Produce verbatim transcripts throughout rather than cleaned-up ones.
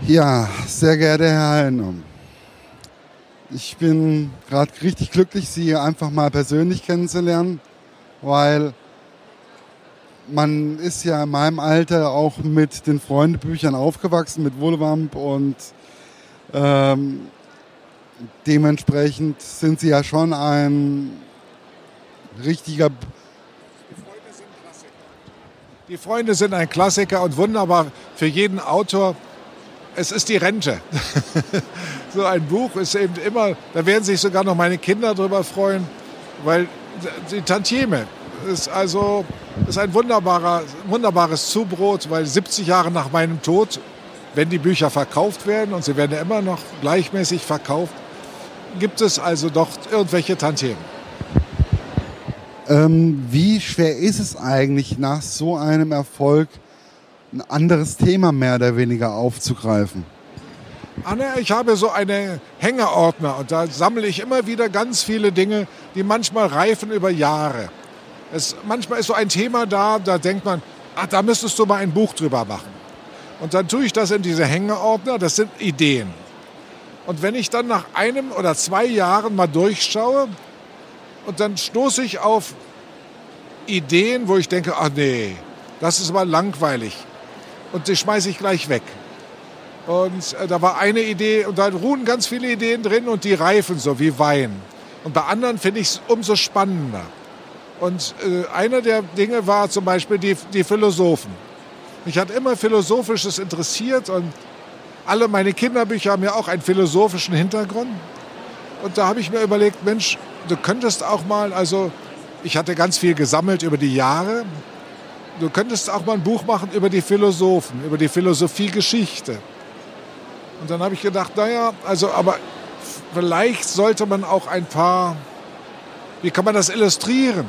Ja, sehr geehrter Herr Heilner, ich bin gerade richtig glücklich, Sie einfach mal persönlich kennenzulernen, weil man ist ja in meinem Alter auch mit den Freundebüchern aufgewachsen, mit Wohlwamp und ähm, dementsprechend sind Sie ja schon ein richtiger... Die Freunde sind ein Klassiker und wunderbar für jeden Autor. Es ist die Rente. So ein Buch ist eben immer, da werden sich sogar noch meine Kinder drüber freuen, weil die Tantieme ist also ist ein wunderbarer, wunderbares Zubrot, weil siebzig Jahre nach meinem Tod, wenn die Bücher verkauft werden, und sie werden ja immer noch gleichmäßig verkauft, gibt es also doch irgendwelche Tantiemen. Ähm, wie schwer ist es eigentlich, nach so einem Erfolg ein anderes Thema mehr oder weniger aufzugreifen? Anne, ich habe so einen Hängeordner und da sammle ich immer wieder ganz viele Dinge, die manchmal reifen über Jahre. Es, manchmal ist so ein Thema da, da denkt man, ach, da müsstest du mal ein Buch drüber machen. Und dann tue ich das in diese Hängeordner, das sind Ideen. Und wenn ich dann nach einem oder zwei Jahren mal durchschaue und dann stoße ich auf Ideen, wo ich denke, ach nee, das ist aber langweilig. Und die schmeiße ich gleich weg. Und äh, da war eine Idee und da ruhen ganz viele Ideen drin und die reifen so wie Wein. Und bei anderen finde ich es umso spannender. Und äh, einer der Dinge war zum Beispiel die, die Philosophen. Mich hat immer Philosophisches interessiert und alle meine Kinderbücher haben ja auch einen philosophischen Hintergrund. Und da habe ich mir überlegt, Mensch, du könntest auch mal, also ich hatte ganz viel gesammelt über die Jahre, du könntest auch mal ein Buch machen über die Philosophen, über die Philosophiegeschichte. Und dann habe ich gedacht, naja, also aber vielleicht sollte man auch ein paar, wie kann man das illustrieren?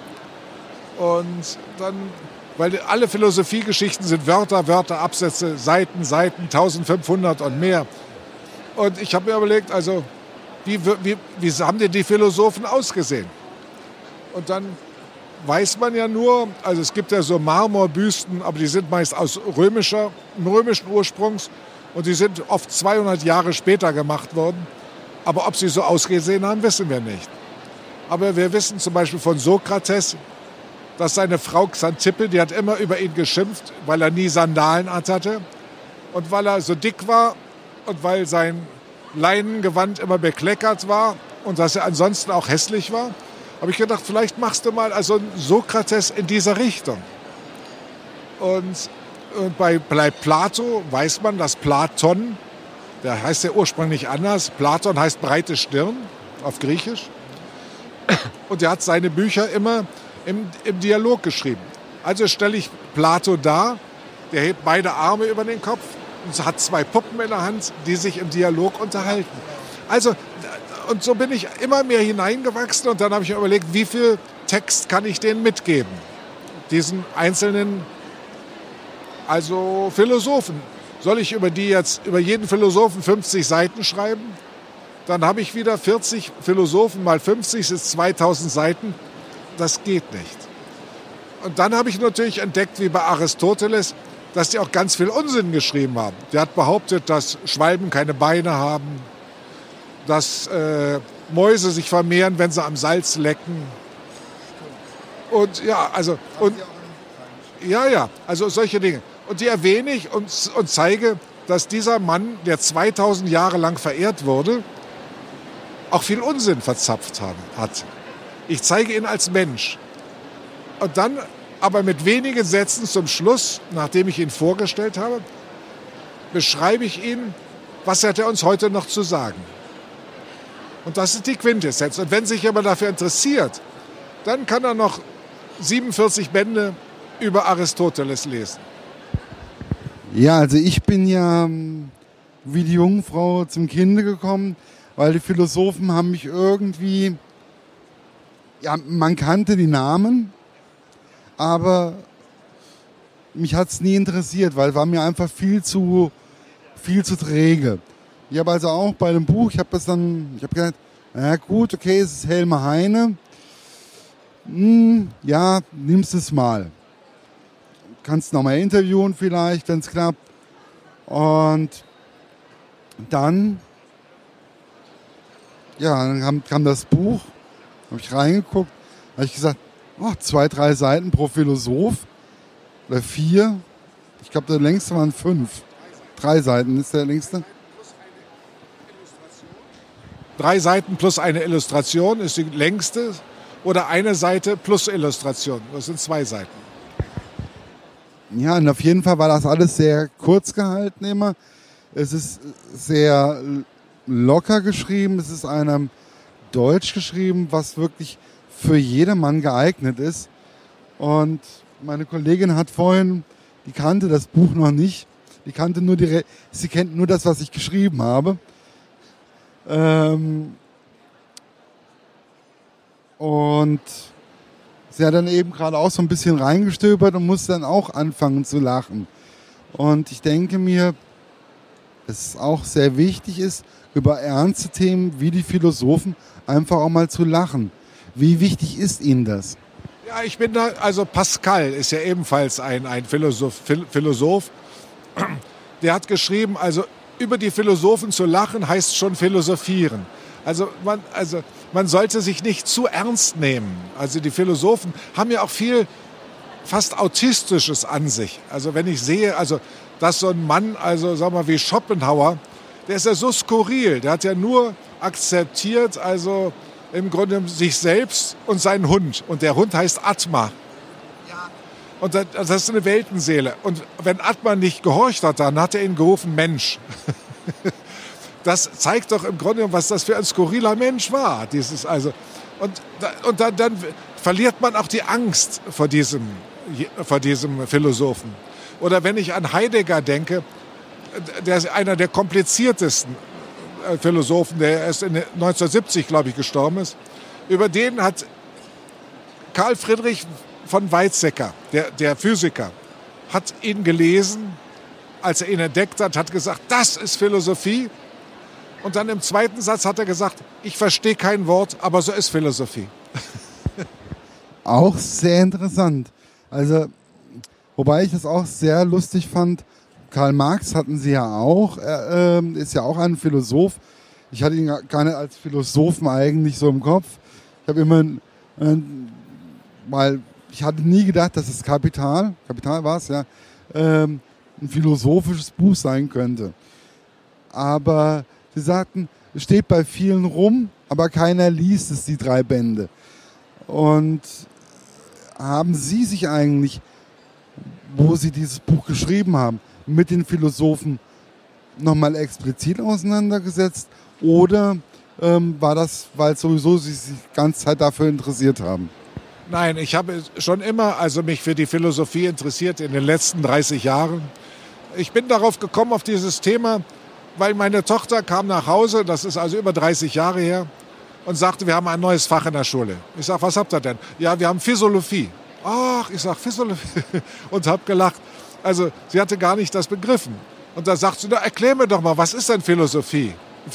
Und dann, weil alle Philosophiegeschichten sind Wörter, Wörter, Absätze, Seiten, Seiten, eintausendfünfhundert und mehr. Und ich habe mir überlegt, also wie, wie, wie haben denn die Philosophen ausgesehen? Und dann weiß man ja nur, also es gibt ja so Marmorbüsten, aber die sind meist aus römischer, römischen Ursprungs und die sind oft zweihundert Jahre später gemacht worden. Aber ob sie so ausgesehen haben, wissen wir nicht. Aber wir wissen zum Beispiel von Sokrates, dass seine Frau Xanthippe, die hat immer über ihn geschimpft, weil er nie Sandalen anhatte und weil er so dick war und weil sein Leinengewand immer bekleckert war und dass er ansonsten auch hässlich war. Habe ich gedacht, vielleicht machst du mal also Sokrates in dieser Richtung. Und, und bei, bei Plato weiß man, dass Platon, der heißt ja ursprünglich anders, Platon heißt breite Stirn auf Griechisch. Und er hat seine Bücher immer im, im Dialog geschrieben. Also stelle ich Plato dar, der hebt beide Arme über den Kopf und hat zwei Puppen in der Hand, die sich im Dialog unterhalten. Also, und so bin ich immer mehr hineingewachsen und dann habe ich mir überlegt, wie viel Text kann ich denen mitgeben? Diesen einzelnen, also Philosophen. Soll ich über die jetzt, über jeden Philosophen fünfzig Seiten schreiben? Dann habe ich wieder vierzig Philosophen mal fünfzig, ist zweitausend Seiten. Das geht nicht. Und dann habe ich natürlich entdeckt, wie bei Aristoteles, dass die auch ganz viel Unsinn geschrieben haben. Der hat behauptet, dass Schwalben keine Beine haben, dass äh, Mäuse sich vermehren, wenn sie am Salz lecken. Und ja, also und, ja, ja, also solche Dinge. Und die erwähne ich und, und zeige, dass dieser Mann, der zweitausend Jahre lang verehrt wurde, auch viel Unsinn verzapft hat. Ich zeige ihn als Mensch. Und dann aber mit wenigen Sätzen zum Schluss, nachdem ich ihn vorgestellt habe, beschreibe ich ihn, was hat er uns heute noch zu sagen. Und das ist die Quintessenz. Und wenn sich jemand dafür interessiert, dann kann er noch siebenundvierzig Bände über Aristoteles lesen. Ja, also ich bin ja wie die Jungfrau zum Kinde gekommen, weil die Philosophen haben mich irgendwie, ja, man kannte die Namen, aber mich hat es nie interessiert, weil war mir einfach viel zu, viel zu träge. Ich habe also auch bei dem Buch, ich habe das dann, ich habe gedacht, na gut, okay, es ist Helmer Heine. Hm, ja, nimmst es mal. Kannst noch mal interviewen vielleicht, wenn es klappt. Und dann, ja, dann kam, kam das Buch, habe ich reingeguckt, habe ich gesagt, oh, zwei, drei Seiten pro Philosoph oder vier. Ich glaube, der längste waren fünf. Drei Seiten ist der längste. Drei Seiten plus eine Illustration ist die längste oder eine Seite plus Illustration. Das sind zwei Seiten. Ja, und auf jeden Fall war das alles sehr kurz gehalten immer. Es ist sehr locker geschrieben. Es ist einem Deutsch geschrieben, was wirklich für jedermann geeignet ist. Und meine Kollegin hat vorhin, die kannte das Buch noch nicht. Die kannte nur die, Re- sie kennt nur das, was ich geschrieben habe. Ähm und sie hat dann eben gerade auch so ein bisschen reingestöbert und musste dann auch anfangen zu lachen. Und ich denke mir, dass es auch sehr wichtig ist, über ernste Themen wie die Philosophen einfach auch mal zu lachen. Wie wichtig ist Ihnen das? Ja, ich bin da, also Pascal ist ja ebenfalls ein, ein Philosoph, Philosoph. Der hat geschrieben, also über die Philosophen zu lachen heißt schon philosophieren. Also man, also man sollte sich nicht zu ernst nehmen. Also die Philosophen haben ja auch viel fast Autistisches an sich. Also wenn ich sehe, also dass so ein Mann, also sagen wir mal wie Schopenhauer, der ist ja so skurril. Der hat ja nur akzeptiert, also im Grunde sich selbst und seinen Hund. Und der Hund heißt Atma. Und das, das ist eine Weltenseele. Und wenn Atma nicht gehorcht hat, dann hat er ihn gerufen Mensch. Das zeigt doch im Grunde, was das für ein skurriler Mensch war. Dieses also und und dann, dann verliert man auch die Angst vor diesem, vor diesem Philosophen. Oder wenn ich an Heidegger denke, der ist einer der kompliziertesten Philosophen, der erst in neunzehnhundertsiebzig, glaube ich, gestorben ist. Über den hat Karl Friedrich von Weizsäcker, der, der Physiker, hat ihn gelesen, als er ihn entdeckt hat, hat gesagt, das ist Philosophie. Und dann im zweiten Satz hat er gesagt, ich verstehe kein Wort, aber so ist Philosophie. Auch sehr interessant. Also, wobei ich das auch sehr lustig fand, Karl Marx hatten Sie ja auch, er äh, ist ja auch ein Philosoph. Ich hatte ihn gar nicht als Philosophen eigentlich so im Kopf. Ich habe immer, äh, weil ich hatte nie gedacht, dass das Kapital, Kapital war es ja, ähm, ein philosophisches Buch sein könnte. Aber Sie sagten, es steht bei vielen rum, aber keiner liest es, die drei Bände. Und haben Sie sich eigentlich, wo Sie dieses Buch geschrieben haben, mit den Philosophen nochmal explizit auseinandergesetzt? Oder ähm, war das, weil sowieso Sie sich die ganze Zeit dafür interessiert haben? Nein, ich habe schon immer also mich für die Philosophie interessiert in den letzten dreißig Jahren. Ich bin darauf gekommen, auf dieses Thema, weil meine Tochter kam nach Hause, das ist also über dreißig Jahre her, und sagte, wir haben ein neues Fach in der Schule. Ich sage, was habt ihr denn? Ja, wir haben Physiologie. Ach, ich sage, Physiologie. Und habe gelacht. Also, sie hatte gar nicht das begriffen. Und da sagt sie, na, erklär mir doch mal, was ist denn Philosophie?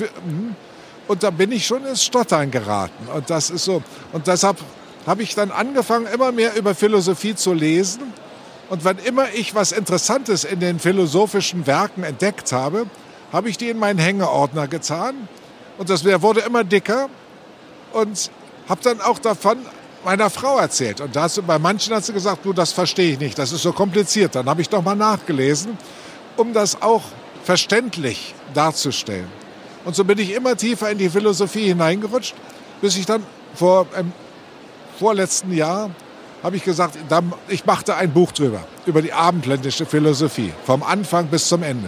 Und da bin ich schon ins Stottern geraten. Und das ist so. Und deshalb habe ich dann angefangen, immer mehr über Philosophie zu lesen. Und wann immer ich was Interessantes in den philosophischen Werken entdeckt habe, habe ich die in meinen Hängeordner getan. Und das wurde immer dicker. Und habe dann auch davon meiner Frau erzählt. Und dazu, bei manchen hat sie gesagt, du, das verstehe ich nicht, das ist so kompliziert. Dann habe ich doch mal nachgelesen, um das auch verständlich darzustellen. Und so bin ich immer tiefer in die Philosophie hineingerutscht, bis ich dann vor im vorletzten Jahr habe ich gesagt, ich machte ein Buch drüber, über die abendländische Philosophie, vom Anfang bis zum Ende.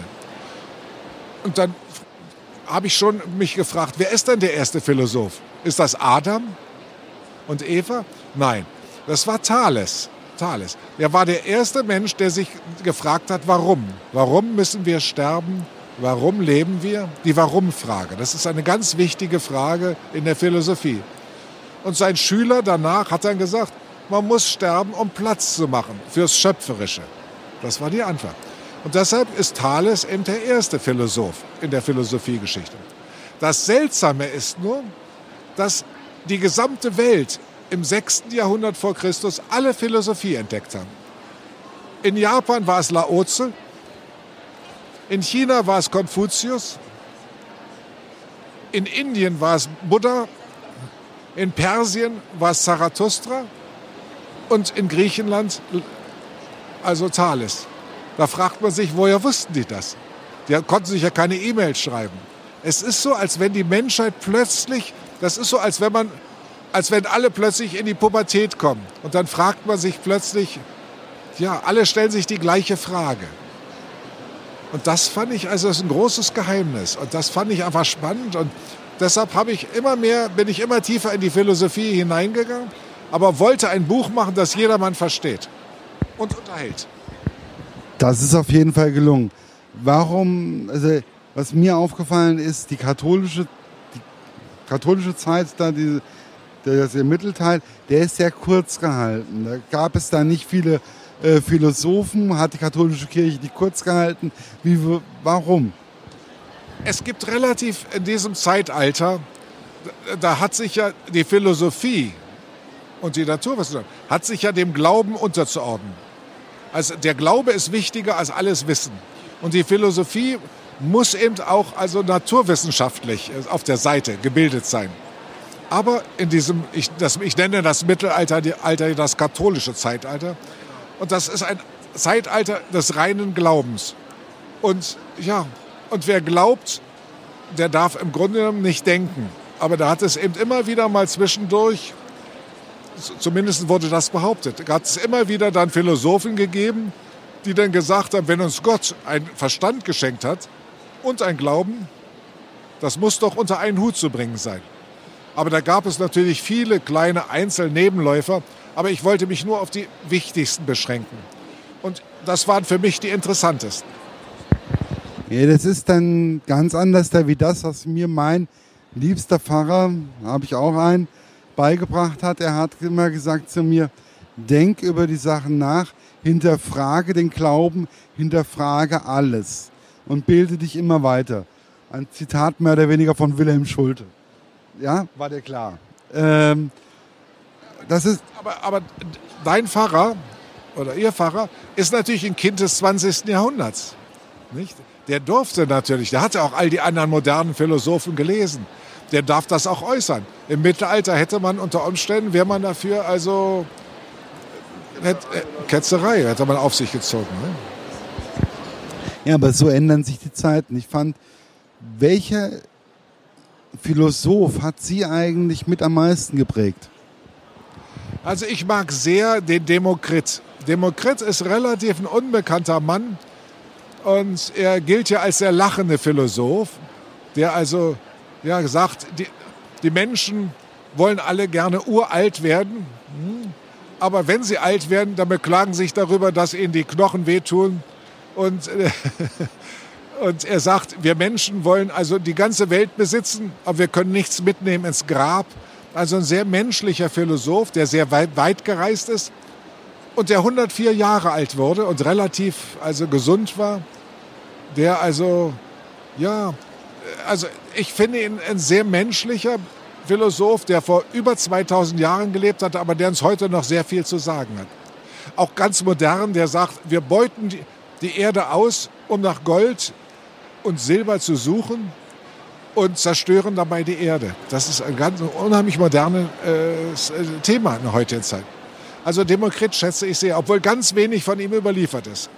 Und dann habe ich schon mich gefragt, wer ist denn der erste Philosoph? Ist das Adam und Eva? Nein, das war Thales. Thales. Er war der erste Mensch, der sich gefragt hat, warum? Warum müssen wir sterben? Warum leben wir? Die Warum-Frage. Das ist eine ganz wichtige Frage in der Philosophie. Und sein Schüler danach hat dann gesagt, man muss sterben, um Platz zu machen fürs Schöpferische. Das war die Antwort. Und deshalb ist Thales eben der erste Philosoph in der Philosophiegeschichte. Das Seltsame ist nur, dass die gesamte Welt im sechsten Jahrhundert vor Christus alle Philosophie entdeckt haben. In Japan war es Lao Tse, in China war es Konfuzius, In Indien war es Buddha, in Persien war es Zarathustra und in Griechenland also Thales. Da fragt man sich, woher wussten die das? Die konnten sich ja keine E-Mails schreiben. Es ist so, als wenn die Menschheit plötzlich, das ist so, als wenn man, als wenn alle plötzlich in die Pubertät kommen. Und dann fragt man sich plötzlich, ja, alle stellen sich die gleiche Frage. Und das fand ich, also das ist ein großes Geheimnis. Und das fand ich einfach spannend. Und deshalb habe ich immer mehr, bin ich immer tiefer in die Philosophie hineingegangen, aber wollte ein Buch machen, das jedermann versteht und unterhält. Das ist auf jeden Fall gelungen. Warum, also was mir aufgefallen ist, die katholische, die katholische Zeit, da die, der, der Mittelteil, der ist sehr kurz gehalten. Da gab es da nicht viele äh, Philosophen, hat die katholische Kirche die kurz gehalten. Wie, warum? Es gibt relativ in diesem Zeitalter, da hat sich ja die Philosophie und die Naturwissenschaft, hat sich ja dem Glauben unterzuordnen. Also der Glaube ist wichtiger als alles Wissen. Und die Philosophie muss eben auch also naturwissenschaftlich auf der Seite gebildet sein. Aber in diesem, ich, das, ich nenne das Mittelalter die, Alter, das katholische Zeitalter. Und das ist ein Zeitalter des reinen Glaubens. Und ja, und wer glaubt, der darf im Grunde genommen nicht denken. Aber da hat es eben immer wieder mal zwischendurch, zumindest wurde das behauptet, hat es immer wieder dann Philosophen gegeben, die dann gesagt haben, wenn uns Gott einen Verstand geschenkt hat und ein Glauben, das muss doch unter einen Hut zu bringen sein. Aber da gab es natürlich viele kleine Einzelnebenläufer, aber ich wollte mich nur auf die wichtigsten beschränken. Und das waren für mich die interessantesten. Ja, das ist dann ganz anders da wie das, was mir mein liebster Pfarrer, habe ich auch einen, beigebracht hat. Er hat immer gesagt zu mir, denk über die Sachen nach, hinterfrage den Glauben, hinterfrage alles und bilde dich immer weiter. Ein Zitat mehr oder weniger von Wilhelm Schulte. Ja, war dir klar. Ähm, das ist aber, aber dein Pfarrer oder ihr Pfarrer ist natürlich ein Kind des zwanzigsten Jahrhunderts. Nicht? Der durfte natürlich, der hatte auch all die anderen modernen Philosophen gelesen. Der darf das auch äußern. Im Mittelalter hätte man unter Umständen, wäre man dafür also hätte, äh, Ketzerei hätte man auf sich gezogen. Ne? Ja, aber so ändern sich die Zeiten. Ich fand, welcher Philosoph hat Sie eigentlich mit am meisten geprägt? Also ich mag sehr den Demokrit. Demokrit ist relativ ein unbekannter Mann und er gilt ja als der lachende Philosoph, der also ja, sagt, die, die Menschen wollen alle gerne uralt werden, aber wenn sie alt werden, dann beklagen sie sich darüber, dass ihnen die Knochen wehtun. Und, äh, und er sagt, wir Menschen wollen also die ganze Welt besitzen, aber wir können nichts mitnehmen ins Grab. Also ein sehr menschlicher Philosoph, der sehr weit, weit gereist ist und der hundertvier Jahre alt wurde und relativ also gesund war. Der also, ja, also ich finde ihn ein sehr menschlicher Philosoph, der vor über zweitausend Jahren gelebt hat, aber der uns heute noch sehr viel zu sagen hat. Auch ganz modern, der sagt, wir beuten die, die Erde aus, um nach Gold und Silber zu suchen und zerstören dabei die Erde. Das ist ein ganz unheimlich modernes äh, Thema in der heutigen Zeit. Also Demokrit schätze ich sehr, obwohl ganz wenig von ihm überliefert ist.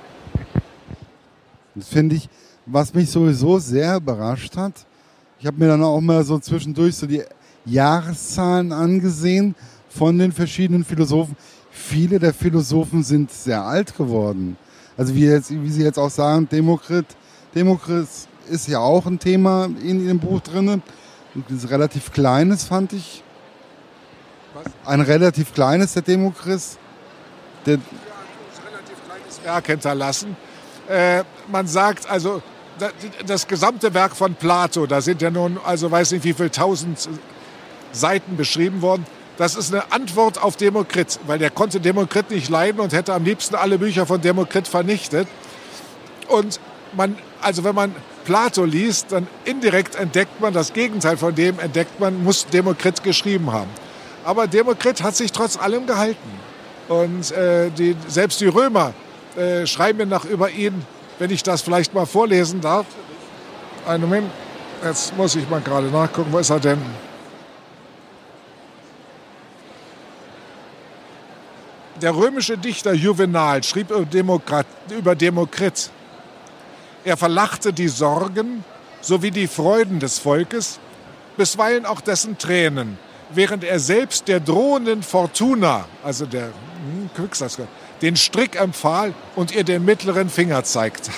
Das finde ich, was mich sowieso sehr überrascht hat. Ich habe mir dann auch mal so zwischendurch so die Jahreszahlen angesehen von den verschiedenen Philosophen. Viele der Philosophen sind sehr alt geworden. Also wie, jetzt, wie Sie jetzt auch sagen, Demokrit, Demokrit ist ja auch ein Thema in Ihrem Buch drin. Das ist relativ kleines, fand ich. Was? Ein relativ kleines, der Demokrit. Der ja, ein relativ kleines Werk hinterlassen. Äh, man sagt also, das gesamte Werk von Plato, da sind ja nun, also weiß nicht wie viel tausend Seiten beschrieben worden, das ist eine Antwort auf Demokrit, weil der konnte Demokrit nicht leiden und hätte am liebsten alle Bücher von Demokrit vernichtet. Und man, also wenn man Plato liest, dann indirekt entdeckt man, das Gegenteil von dem entdeckt man, muss Demokrit geschrieben haben. Aber Demokrit hat sich trotz allem gehalten. Und äh, die, selbst die Römer äh, schreiben mir nach über ihn, wenn ich das vielleicht mal vorlesen darf. Einen Moment. Jetzt muss ich mal gerade nachgucken, wo ist er denn? Der römische Dichter Juvenal schrieb über, Demokrat, über Demokrit. Er verlachte die Sorgen sowie die Freuden des Volkes, bisweilen auch dessen Tränen, während er selbst der drohenden Fortuna, also der hm, Quixas, den Strick empfahl und ihr den mittleren Finger zeigte.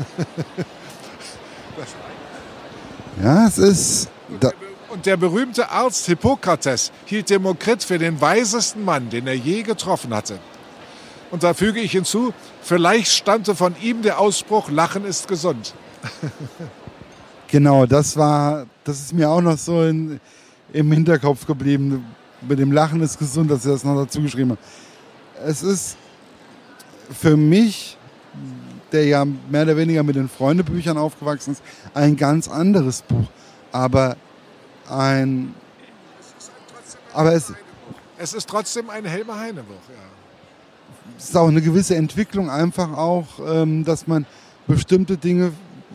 Ja, es ist... Da Und der berühmte Arzt Hippokrates hielt Demokrit für den weisesten Mann, den er je getroffen hatte. Und da füge ich hinzu, vielleicht stammte von ihm der Ausspruch, Lachen ist gesund. Genau, das war, das ist mir auch noch so in, im Hinterkopf geblieben. Mit dem Lachen ist gesund, dass er das noch dazu geschrieben hat. Es ist für mich, der ja mehr oder weniger mit den Freundebüchern aufgewachsen ist, ein ganz anderes Buch. Aber ein... Aber es, es ist trotzdem ein Helmer Heine-Buch, ja. Es ist auch eine gewisse Entwicklung, einfach auch, ähm, dass man bestimmte Dinge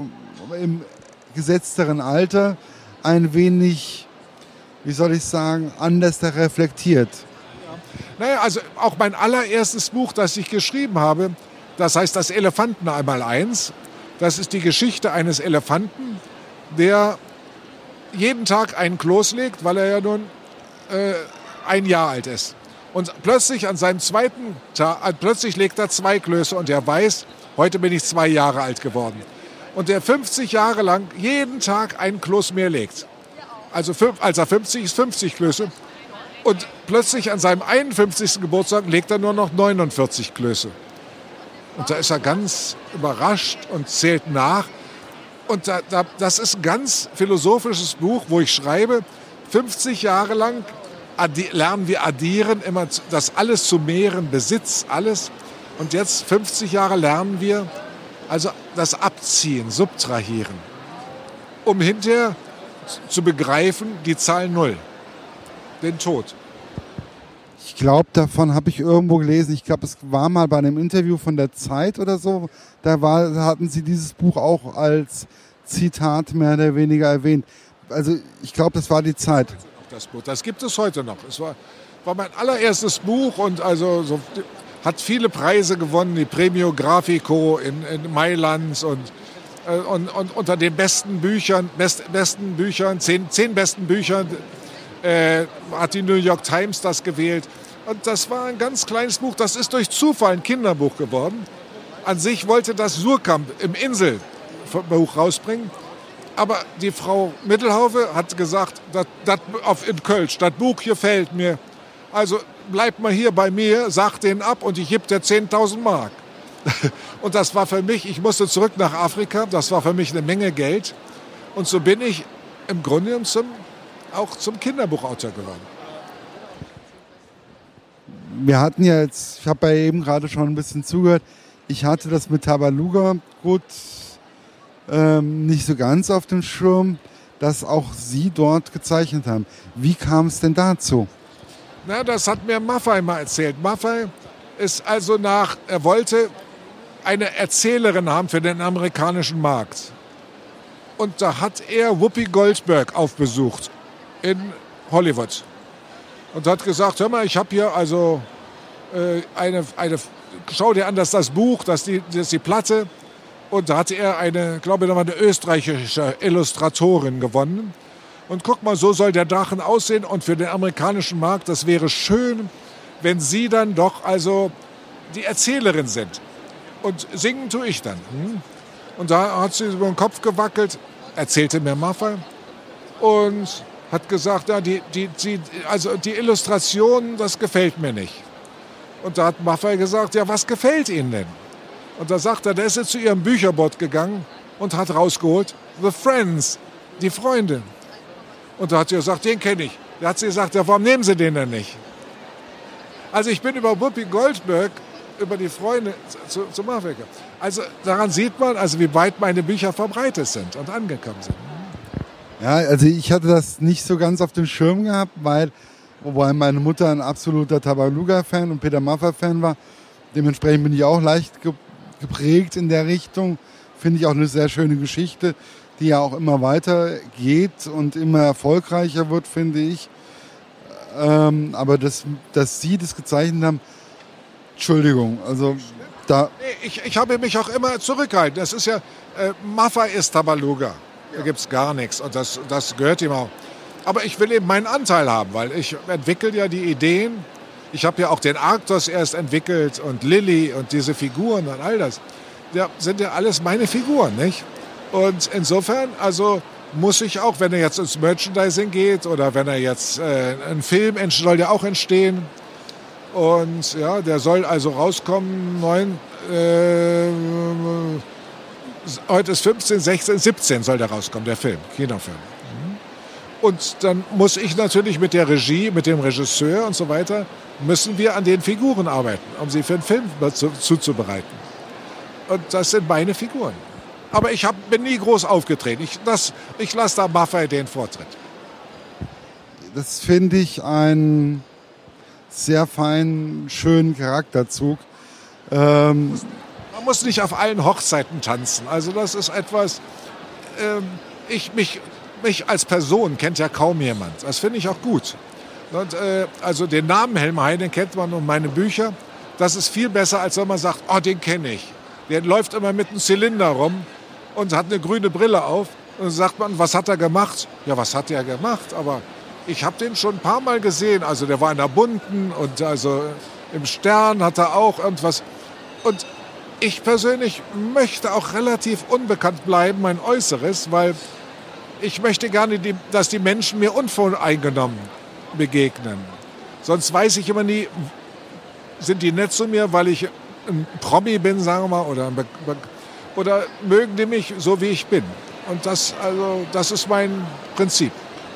im gesetzteren Alter ein wenig, wie soll ich sagen, anders reflektiert. Ja. Naja, also auch mein allererstes Buch, das ich geschrieben habe, das heißt Das Elefanten einmal eins. Das ist die Geschichte eines Elefanten, der jeden Tag einen Kloß legt, weil er ja nun äh, ein Jahr alt ist. Und plötzlich an seinem zweiten Tag, plötzlich legt er zwei Klöße und er weiß, heute bin ich zwei Jahre alt geworden. Und der fünfzig Jahre lang jeden Tag einen Kloß mehr legt. Also als er fünfzig ist, fünfzig Klöße. Und plötzlich an seinem einundfünfzigsten Geburtstag legt er nur noch neunundvierzig Klöße. Und da ist er ganz überrascht und zählt nach. Und da, da, das ist ein ganz philosophisches Buch, wo ich schreibe, fünfzig Jahre lang lernen wir addieren, immer das alles zu mehren, Besitz, alles. Und jetzt fünfzig Jahre lernen wir also das Abziehen, Subtrahieren, um hinterher zu begreifen, die Zahl Null, den Tod. Ich glaube, davon habe ich irgendwo gelesen, ich glaube, es war mal bei einem Interview von der Zeit oder so, da, war, da hatten sie dieses Buch auch als Zitat mehr oder weniger erwähnt. Also ich glaube, das war die Zeit. Das Buch. Das gibt es heute noch. Es war, war mein allererstes Buch und also so, hat viele Preise gewonnen, die Premio Grafico in, in Mailand und, äh, und, und unter den besten Büchern, best, besten Büchern, zehn, zehn besten Büchern äh, hat die New York Times das gewählt. Und das war ein ganz kleines Buch. Das ist durch Zufall ein Kinderbuch geworden. An sich wollte das Surkamp im Inselbuch rausbringen. Aber die Frau Mittelhaufe hat gesagt, dat, dat auf, in Kölsch, das Buch gefällt mir. Also bleib mal hier bei mir, sag den ab und ich gebe dir zehntausend Mark. Und das war für mich, ich musste zurück nach Afrika, das war für mich eine Menge Geld. Und so bin ich im Grunde zum, auch zum Kinderbuchautor geworden. Wir hatten ja jetzt, ich habe ja eben gerade schon ein bisschen zugehört, ich hatte das mit Tabaluga gut ähm, nicht so ganz auf dem Schirm, dass auch Sie dort gezeichnet haben. Wie kam es denn dazu? Na, das hat mir Maffei mal erzählt. Maffei ist also nach, er wollte eine Erzählerin haben für den amerikanischen Markt. Und da hat er Whoopi Goldberg aufbesucht in Hollywood. Und hat gesagt, hör mal, ich habe hier also äh, eine, eine, schau dir an, das ist das Buch, das ist die, das ist die Platte. Und da hatte er eine, glaube ich, nochmal eine österreichische Illustratorin gewonnen. Und guck mal, so soll der Drachen aussehen. Und für den amerikanischen Markt, das wäre schön, wenn Sie dann doch also die Erzählerin sind. Und singen tue ich dann. Und da hat sie über den Kopf gewackelt, erzählte mir Maffei. Und hat gesagt, ja, die, die, die, also die Illustration, das gefällt mir nicht. Und da hat Maffei gesagt, ja, was gefällt Ihnen denn? Und da sagt er, der ist jetzt zu ihrem Bücherbord gegangen und hat rausgeholt, The Friends, die Freunde. Und da hat sie gesagt, den kenne ich. Da hat sie gesagt, ja, warum nehmen Sie den denn nicht? Also ich bin über Whoopi Goldberg, über die Freunde zu, zu Maffei. Also daran sieht man, also wie weit meine Bücher verbreitet sind und angekommen sind. Ja, also ich hatte das nicht so ganz auf dem Schirm gehabt, weil, wobei meine Mutter ein absoluter Tabaluga-Fan und Peter Maffay-Fan war. Dementsprechend bin ich auch leicht geprägt in der Richtung. Finde ich auch eine sehr schöne Geschichte, die ja auch immer weiter geht und immer erfolgreicher wird, finde ich. Ähm, aber dass, dass Sie das gezeichnet haben, Entschuldigung, also da... Nee, ich, ich habe mich auch immer zurückgehalten. Das ist ja, äh, Maffei ist Tabaluga. Da ja. gibt es gar nichts und das, das gehört ihm auch. Aber ich will eben meinen Anteil haben, weil ich entwickle ja die Ideen. Ich habe ja auch den Arktos erst entwickelt und Lilly und diese Figuren und all das. Ja, sind ja alles meine Figuren, nicht? Und insofern, also muss ich auch, wenn er jetzt ins Merchandising geht oder wenn er jetzt äh, ein Film soll ja auch entstehen. Und ja, der soll also rauskommen, neun, äh, heute ist fünfzehn, sechzehn, siebzehn soll der rauskommen, der Film, Kinofilm. Und dann muss ich natürlich mit der Regie, mit dem Regisseur und so weiter, müssen wir an den Figuren arbeiten, um sie für den Film zu, zuzubereiten. Und das sind meine Figuren. Aber ich hab, bin nie groß aufgetreten. Ich, das, ich lasse da Maffei den Vortritt. Das finde ich einen sehr feinen, schönen Charakterzug. Ähm Man muss nicht auf allen Hochzeiten tanzen. Also das ist etwas, ähm, ich mich... Mich als Person kennt ja kaum jemand. Das finde ich auch gut. Und, äh, also den Namen Helmer Heine kennt man und meine Bücher. Das ist viel besser, als wenn man sagt, oh, den kenne ich. Der läuft immer mit einem Zylinder rum und hat eine grüne Brille auf. Und dann sagt man, was hat er gemacht? Ja, was hat er gemacht? Aber ich habe den schon ein paar Mal gesehen. Also der war in der Bunten und also im Stern hat er auch irgendwas. Und ich persönlich möchte auch relativ unbekannt bleiben, mein Äußeres, weil ich möchte gerne, die, dass die Menschen mir unvoreingenommen begegnen. Sonst weiß ich immer nie, sind die nett zu mir, weil ich ein Promi bin, sagen wir mal, oder, oder mögen die mich so, wie ich bin. Und das, also, das ist mein Prinzip.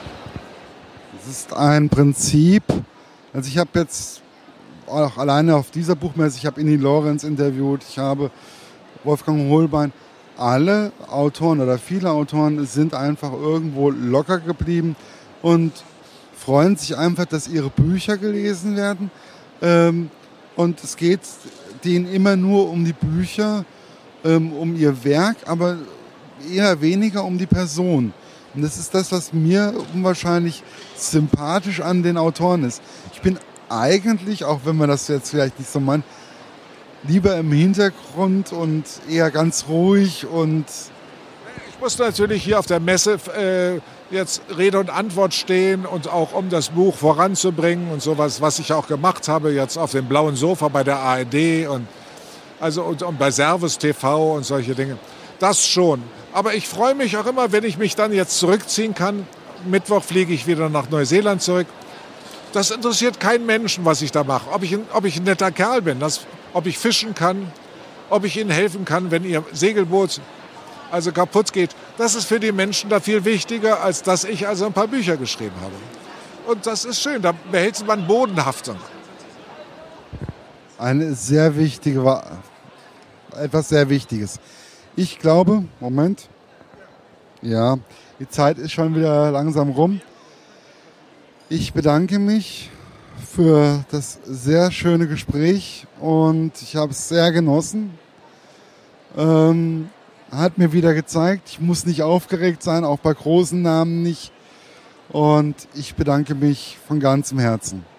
Das ist ein Prinzip. Also ich habe jetzt auch alleine auf dieser Buchmesse, ich habe Inni Lorenz interviewt, ich habe Wolfgang Hohlbein. Alle Autoren oder viele Autoren sind einfach irgendwo locker geblieben und freuen sich einfach, dass ihre Bücher gelesen werden. Und es geht denen immer nur um die Bücher, um ihr Werk, aber eher weniger um die Person. Und das ist das, was mir unwahrscheinlich sympathisch an den Autoren ist. Ich bin eigentlich, auch wenn man das jetzt vielleicht nicht so meint, lieber im Hintergrund und eher ganz ruhig und... Ich muss natürlich hier auf der Messe äh, jetzt Rede und Antwort stehen und auch um das Buch voranzubringen und sowas, was ich auch gemacht habe, jetzt auf dem blauen Sofa bei der A R D und, also, und, und bei Servus T V und solche Dinge. Das schon. Aber ich freue mich auch immer, wenn ich mich dann jetzt zurückziehen kann. Mittwoch fliege ich wieder nach Neuseeland zurück. Das interessiert keinen Menschen, was ich da mache. Ob ich, ob ich ein netter Kerl bin, das, ob ich fischen kann, ob ich ihnen helfen kann, wenn ihr Segelboot also kaputt geht. Das ist für die Menschen da viel wichtiger, als dass ich also ein paar Bücher geschrieben habe. Und das ist schön, da behält man Bodenhaftung. Eine sehr wichtige, etwas sehr Wichtiges. Ich glaube, Moment, ja, die Zeit ist schon wieder langsam rum. Ich bedanke mich für das sehr schöne Gespräch und ich habe es sehr genossen. Ähm, hat mir wieder gezeigt, ich muss nicht aufgeregt sein, auch bei großen Namen nicht. Und ich bedanke mich von ganzem Herzen.